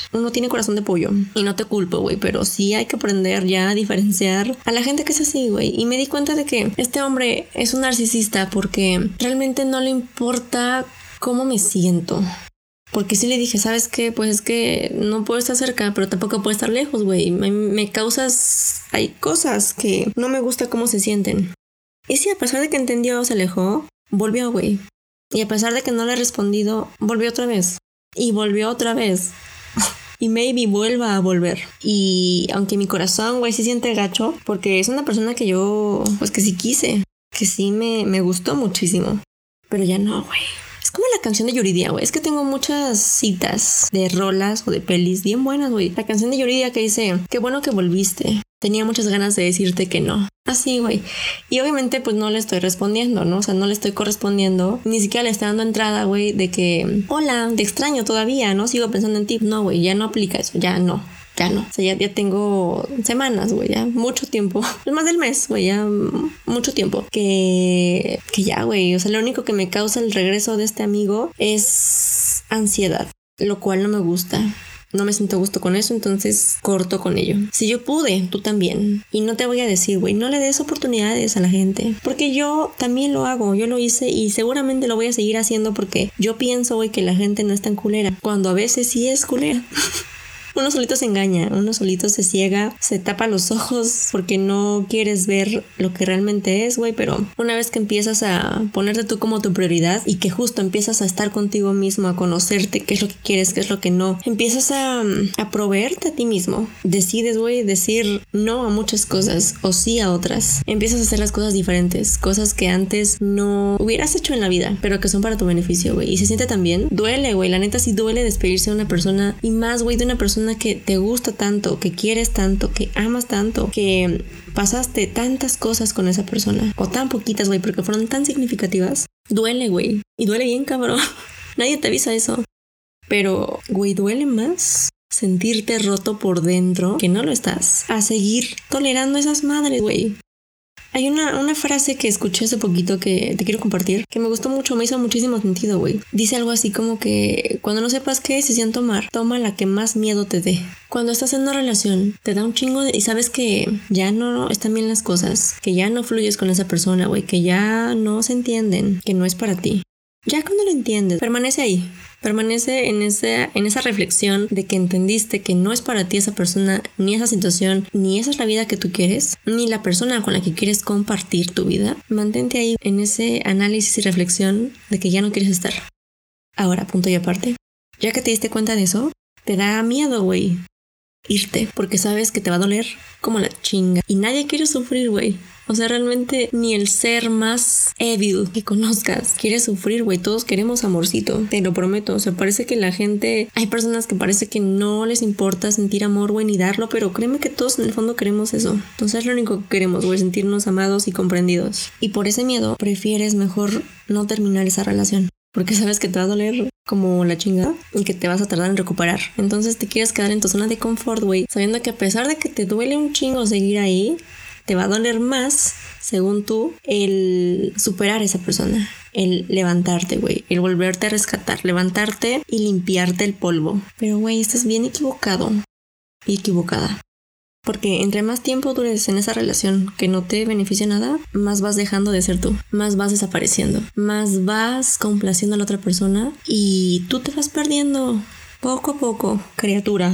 uno tiene corazón de pollo. Y no te culpo, güey, pero sí hay que aprender ya a diferenciar a la gente que es así, güey. Y me di cuenta de que este hombre es un narcisista porque realmente no le importa cómo me siento. Porque sí le dije, ¿sabes qué? Pues es que no puedo estar cerca, pero tampoco puedo estar lejos, güey. Me causas... Hay cosas que no me gusta cómo se sienten. Y sí, a pesar de que entendió, se alejó, volvió, güey. Y a pesar de que no le he respondido, volvió otra vez. Y volvió otra vez. Y maybe vuelva a volver. Y aunque mi corazón, güey, sí siente gacho, porque es una persona que yo, pues que sí quise, que sí me gustó muchísimo. Pero ya no, güey. Es como la canción de Yuridia, güey. Es que tengo muchas citas de rolas o de pelis bien buenas, güey. La canción de Yuridia que dice, qué bueno que volviste. Tenía muchas ganas de decirte que no. Así, güey. Y obviamente pues no le estoy respondiendo, ¿no? O sea, no le estoy correspondiendo. Ni siquiera le estoy dando entrada, güey, de que, hola, te extraño todavía, ¿no? Sigo pensando en ti. No, güey, ya no aplica eso. Ya no. O sea, ya tengo semanas, güey, ya mucho tiempo. Es más del mes, güey, ya mucho tiempo. Que ya, güey. O sea, lo único que me causa el regreso de este amigo es ansiedad. Lo cual no me gusta. No me siento a gusto con eso, entonces corto con ello. Si yo pude, tú también. Y no te voy a decir, güey, no le des oportunidades a la gente. Porque yo también lo hago, yo lo hice y seguramente lo voy a seguir haciendo porque yo pienso, güey, que la gente no es tan culera. Cuando a veces sí es culera. Uno solito se engaña, uno solito se ciega, se tapa los ojos porque no quieres ver lo que realmente es, güey. Pero una vez que empiezas a ponerte tú como tu prioridad y que justo empiezas a estar contigo mismo, a conocerte qué es lo que quieres, qué es lo que no, empiezas a proveerte a ti mismo. Decides, güey, decir no a muchas cosas o sí a otras. Empiezas a hacer las cosas diferentes, cosas que antes no hubieras hecho en la vida, pero que son para tu beneficio, güey. Y se siente también, duele, güey. La neta sí duele despedirse de una persona y más, güey, de una persona que te gusta tanto, que quieres tanto, que amas tanto, que pasaste tantas cosas con esa persona, o tan poquitas, güey, porque fueron tan significativas. Duele, güey, y duele bien, cabrón. Nadie te avisa eso. Pero, güey, duele más sentirte roto por dentro que no lo estás, a seguir tolerando esas madres, güey. Hay una frase que escuché hace poquito que te quiero compartir, que me gustó mucho, me hizo muchísimo sentido, güey. Dice algo así como que cuando no sepas qué decisión tomar, toma la que más miedo te dé. Cuando estás en una relación, te da un chingo y sabes que ya no están bien las cosas, que ya no fluyes con esa persona, güey, que ya no se entienden, que no es para ti. Ya cuando lo entiendes, permanece ahí. Permanece en esa reflexión de que entendiste que no es para ti esa persona, ni esa situación, ni esa es la vida que tú quieres, ni la persona con la que quieres compartir tu vida. Mantente ahí en ese análisis y reflexión de que ya no quieres estar. Ahora, punto y aparte. Ya que te diste cuenta de eso, te da miedo, güey, irte, porque sabes que te va a doler como la chinga. Y nadie quiere sufrir, güey. O sea, realmente ni el ser más evil que conozcas quiere sufrir, güey. Todos queremos amorcito, te lo prometo. O sea, parece que la gente... Hay personas que parece que no les importa sentir amor, güey, ni darlo. Pero créeme que todos en el fondo queremos eso. Entonces es lo único que queremos, güey, sentirnos amados y comprendidos. Y por ese miedo prefieres mejor no terminar esa relación. Porque sabes que te va a doler como la chingada y que te vas a tardar en recuperar. Entonces te quieres quedar en tu zona de confort, güey. Sabiendo que a pesar de que te duele un chingo seguir ahí... Te va a doler más, según tú, el superar a esa persona. El levantarte, güey. El volverte a rescatar. Levantarte y limpiarte el polvo. Pero, güey, estás bien equivocado. Y equivocada. Porque entre más tiempo dures en esa relación que no te beneficia nada, más vas dejando de ser tú. Más vas desapareciendo. Más vas complaciendo a la otra persona. Y tú te vas perdiendo poco a poco, criatura.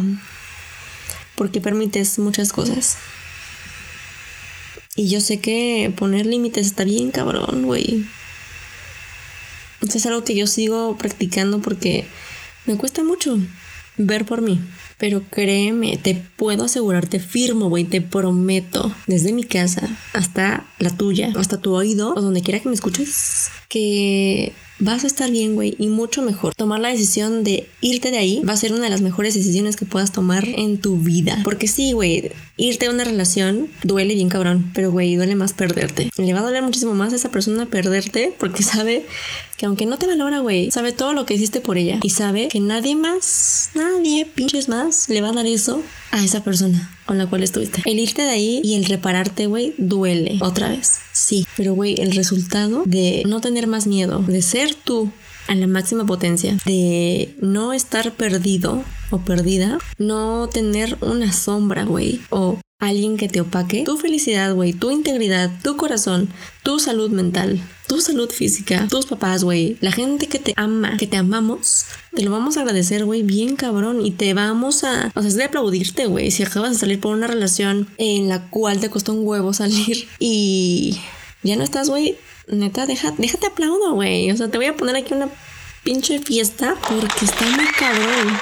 Porque permites muchas cosas. Y yo sé que poner límites está bien cabrón, güey. Esto es algo que yo sigo practicando porque me cuesta mucho ver por mí. Pero créeme, te puedo asegurar, te firmo, güey, te prometo, desde mi casa hasta la tuya, hasta tu oído o donde quiera que me escuches, que vas a estar bien, güey, y mucho mejor. Tomar la decisión de irte de ahí va a ser una de las mejores decisiones que puedas tomar en tu vida. Porque sí, güey, irte a una relación duele bien cabrón, pero, güey, duele más perderte. Le va a doler muchísimo más a esa persona perderte porque sabe que aunque no te valora, güey, sabe todo lo que hiciste por ella y sabe que nadie pinches más, le va a dar eso a esa persona con la cual estuviste. El irte de ahí y el repararte, güey, duele otra vez. Sí, pero, güey, el resultado de no tener más miedo, de ser tú a la máxima potencia, de no estar perdido o perdida, no tener una sombra, güey, o alguien que te opaque tu felicidad, güey, tu integridad, tu corazón, tu salud mental, tu salud física, tus papás, güey, la gente que te ama, que te amamos, te lo vamos a agradecer, güey, bien cabrón, y te vamos a, o sea, es de aplaudirte, güey, si acabas de salir por una relación en la cual te costó un huevo salir y ya no estás, güey, neta, déjate aplaudo, güey, o sea, te voy a poner aquí una pinche fiesta porque está muy cabrón.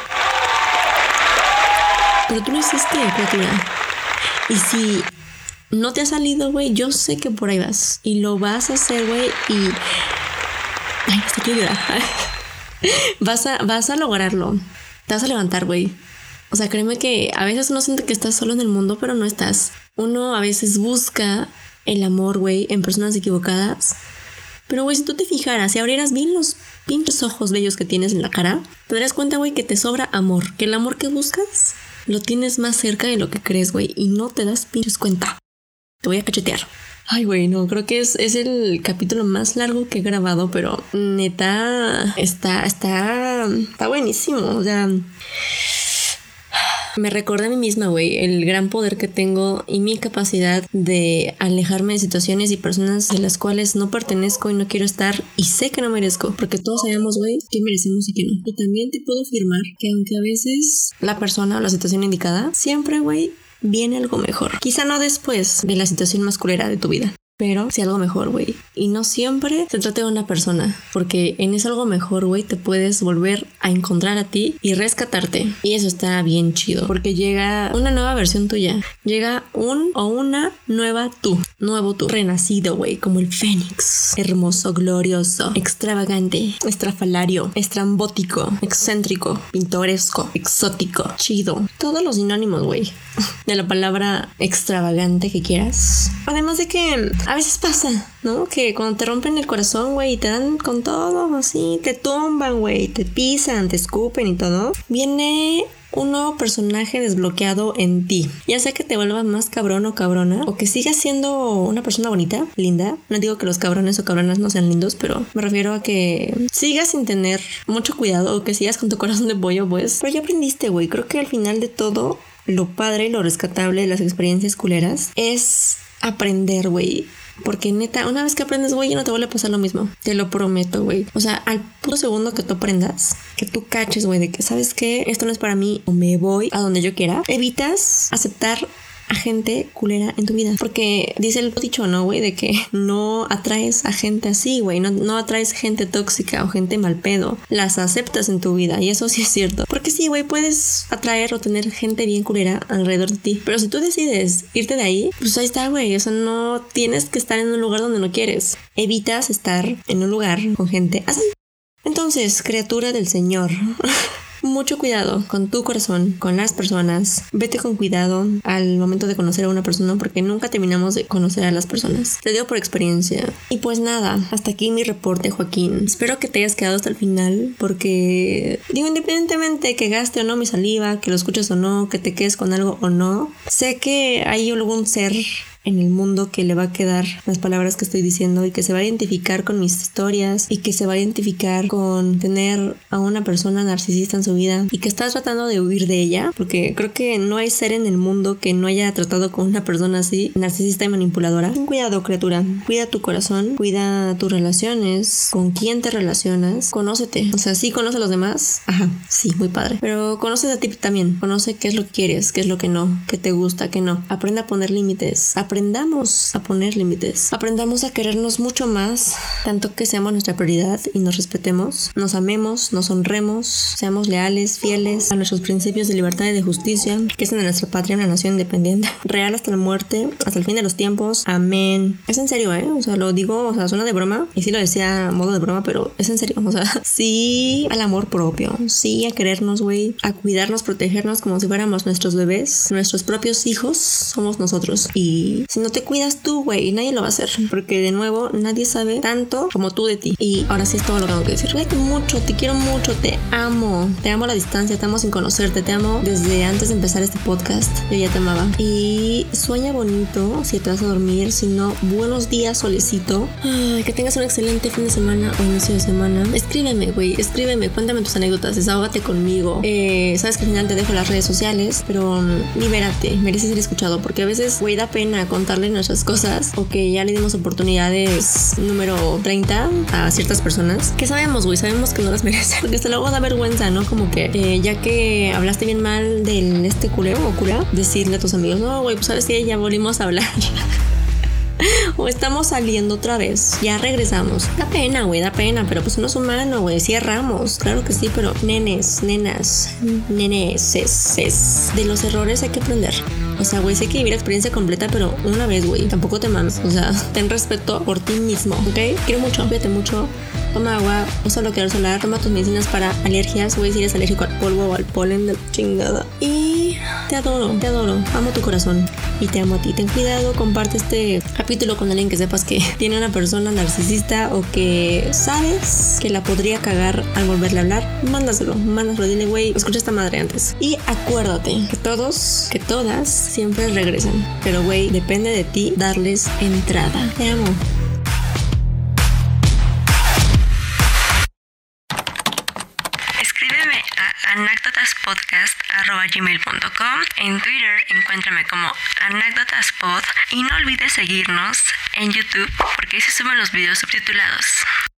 Pero tú lo hiciste, criatura. Y si no te ha salido, güey, yo sé que por ahí vas. Y lo vas a hacer, güey, y... Ay, hasta quiero llorar. Vas a lograrlo. Te vas a levantar, güey. O sea, créeme que a veces uno siente que estás solo en el mundo, pero no estás. Uno a veces busca el amor, güey, en personas equivocadas. Pero, güey, si tú te fijaras, si abrieras bien los pinches ojos bellos que tienes en la cara, te darías cuenta, güey, que te sobra amor. Que el amor que buscas lo tienes más cerca de lo que crees, güey, y no te das pinches cuenta. Te voy a cachetear. Ay, güey, no, creo que es el capítulo más largo que he grabado, pero neta, está buenísimo. O sea, me recordé a mí misma, güey, el gran poder que tengo y mi capacidad de alejarme de situaciones y personas de las cuales no pertenezco y no quiero estar y sé que no merezco, porque todos sabemos, güey, qué merecemos y qué no. Y también te puedo afirmar que aunque a veces la persona o la situación indicada, siempre, güey, viene algo mejor. Quizá no después de la situación más culera de tu vida, pero sí algo mejor, güey. Y no siempre se trata de una persona, porque en ese algo mejor, güey, te puedes volver a encontrar a ti y rescatarte. Y eso está bien chido, porque llega una nueva versión tuya. Llega un o una nueva tú. Nuevo tú. Renacido, güey, como el fénix. Hermoso, glorioso, extravagante, estrafalario, estrambótico, excéntrico, pintoresco, exótico, chido. Todos los sinónimos, güey, de la palabra extravagante que quieras. Además de que a veces pasa, ¿no? Que cuando te rompen el corazón, güey, y te dan con todo, así, te tumban, güey, te pisan, te escupen y todo, viene un nuevo personaje desbloqueado en ti. Ya sea que te vuelvas más cabrón o cabrona, o que sigas siendo una persona bonita, linda. No digo que los cabrones o cabronas no sean lindos, pero me refiero a que sigas sin tener mucho cuidado, o que sigas con tu corazón de pollo, pues. Pero ya aprendiste, güey. Creo que al final de todo, lo padre y lo rescatable de las experiencias culeras es aprender, güey. Porque neta, una vez que aprendes, güey, ya no te vuelve a pasar lo mismo. Te lo prometo, güey. O sea, al puro segundo que tú aprendas, que tú caches, güey, de que, ¿sabes qué? Esto no es para mí, o me voy a donde yo quiera. Evitas aceptar a gente culera en tu vida. Porque dice el dicho, ¿no, güey? De que no atraes a gente así, güey. No atraes gente tóxica o gente mal pedo. Las aceptas en tu vida. Y eso sí es cierto. Porque sí, güey, puedes atraer o tener gente bien culera alrededor de ti. Pero si tú decides irte de ahí, pues ahí está, güey. O sea, no tienes que estar en un lugar donde no quieres. Evitas estar en un lugar con gente así. Entonces, criatura del Señor, mucho cuidado con tu corazón, con las personas. Vete con cuidado al momento de conocer a una persona, porque nunca terminamos de conocer a las personas. Te digo por experiencia. Y pues nada, hasta aquí mi reporte, Joaquín. Espero que te hayas quedado hasta el final, porque digo, independientemente que gaste o no mi saliva, que lo escuches o no, que te quedes con algo o no, sé que hay algún ser en el mundo que le va a quedar las palabras que estoy diciendo y que se va a identificar con mis historias y que se va a identificar con tener a una persona narcisista en su vida y que está tratando de huir de ella, porque creo que no hay ser en el mundo que no haya tratado con una persona así, narcisista y manipuladora. Ten cuidado, criatura. Cuida tu corazón, cuida tus relaciones, con quién te relacionas, conócete. O sea, sí conoce a los demás, ajá, sí, muy padre, pero conoce a ti también. Conoce qué es lo que quieres, qué es lo que no, qué te gusta, qué no. Aprende a poner límites. Aprendamos a poner límites. Aprendamos a querernos mucho más, tanto que seamos nuestra prioridad y nos respetemos, nos amemos, nos honremos, seamos leales, fieles a nuestros principios de libertad y de justicia, que es en nuestra patria una nación independiente, real hasta la muerte, hasta el fin de los tiempos. Amén. Es en serio, o sea, lo digo, o sea, suena de broma, y sí lo decía a modo de broma, pero es en serio, o sea, sí al amor propio, sí a querernos, güey, a cuidarnos, protegernos como si fuéramos nuestros bebés, nuestros propios hijos, somos nosotros. Y ti. Si no te cuidas tú, güey, nadie lo va a hacer. Porque de nuevo, nadie sabe tanto como tú de ti. Y ahora sí es todo lo que tengo que decir. Cuídate mucho, te quiero mucho, te amo. Te amo a la distancia, te amo sin conocerte, te amo desde antes de empezar este podcast. Yo ya te amaba. Y sueña bonito si te vas a dormir. Si no, buenos días, solecito. Ay, que tengas un excelente fin de semana o inicio de semana. Escríbeme, güey, escríbeme, cuéntame tus anécdotas, desahógate conmigo. Sabes que al final te dejo las redes sociales, pero libérate, mereces ser escuchado, porque a veces, güey, da pena contarle nuestras cosas o que ya le dimos oportunidades número 30 a ciertas personas que sabemos, güey, sabemos que no las merecen, porque hasta luego da vergüenza, ¿no? Como que ya que hablaste bien mal de este culero o cura, decirle a tus amigos, no, güey, pues sabes que ya volvimos a hablar. O estamos saliendo otra vez, ya regresamos. Da pena, güey, da pena, pero pues uno es humano, güey, sí erramos, claro que sí, pero nenes, nenas, de los errores hay que aprender. O sea, güey, sé que vivir la experiencia completa, pero una vez, güey, tampoco te mames. O sea, ten respeto por ti mismo, ¿ok? Quiero mucho, cuídate mucho. Toma agua, usa bloqueador solar, toma tus medicinas para alergias, güey, si eres alérgico al polvo o al polen de la chingada. Y te adoro, amo tu corazón y te amo a ti. Ten cuidado, comparte este capítulo con alguien que sepas que tiene una persona narcisista o que sabes que la podría cagar al volverle a hablar. Mándaselo, dile, güey, escucha esta madre antes. Y acuérdate que todos, que todas siempre regresan, pero güey, depende de ti darles entrada. Te amo. anécdotaspodcast@gmail.com. En Twitter encuéntrame como anécdotaspod y no olvides seguirnos en YouTube porque ahí se suben los videos subtitulados.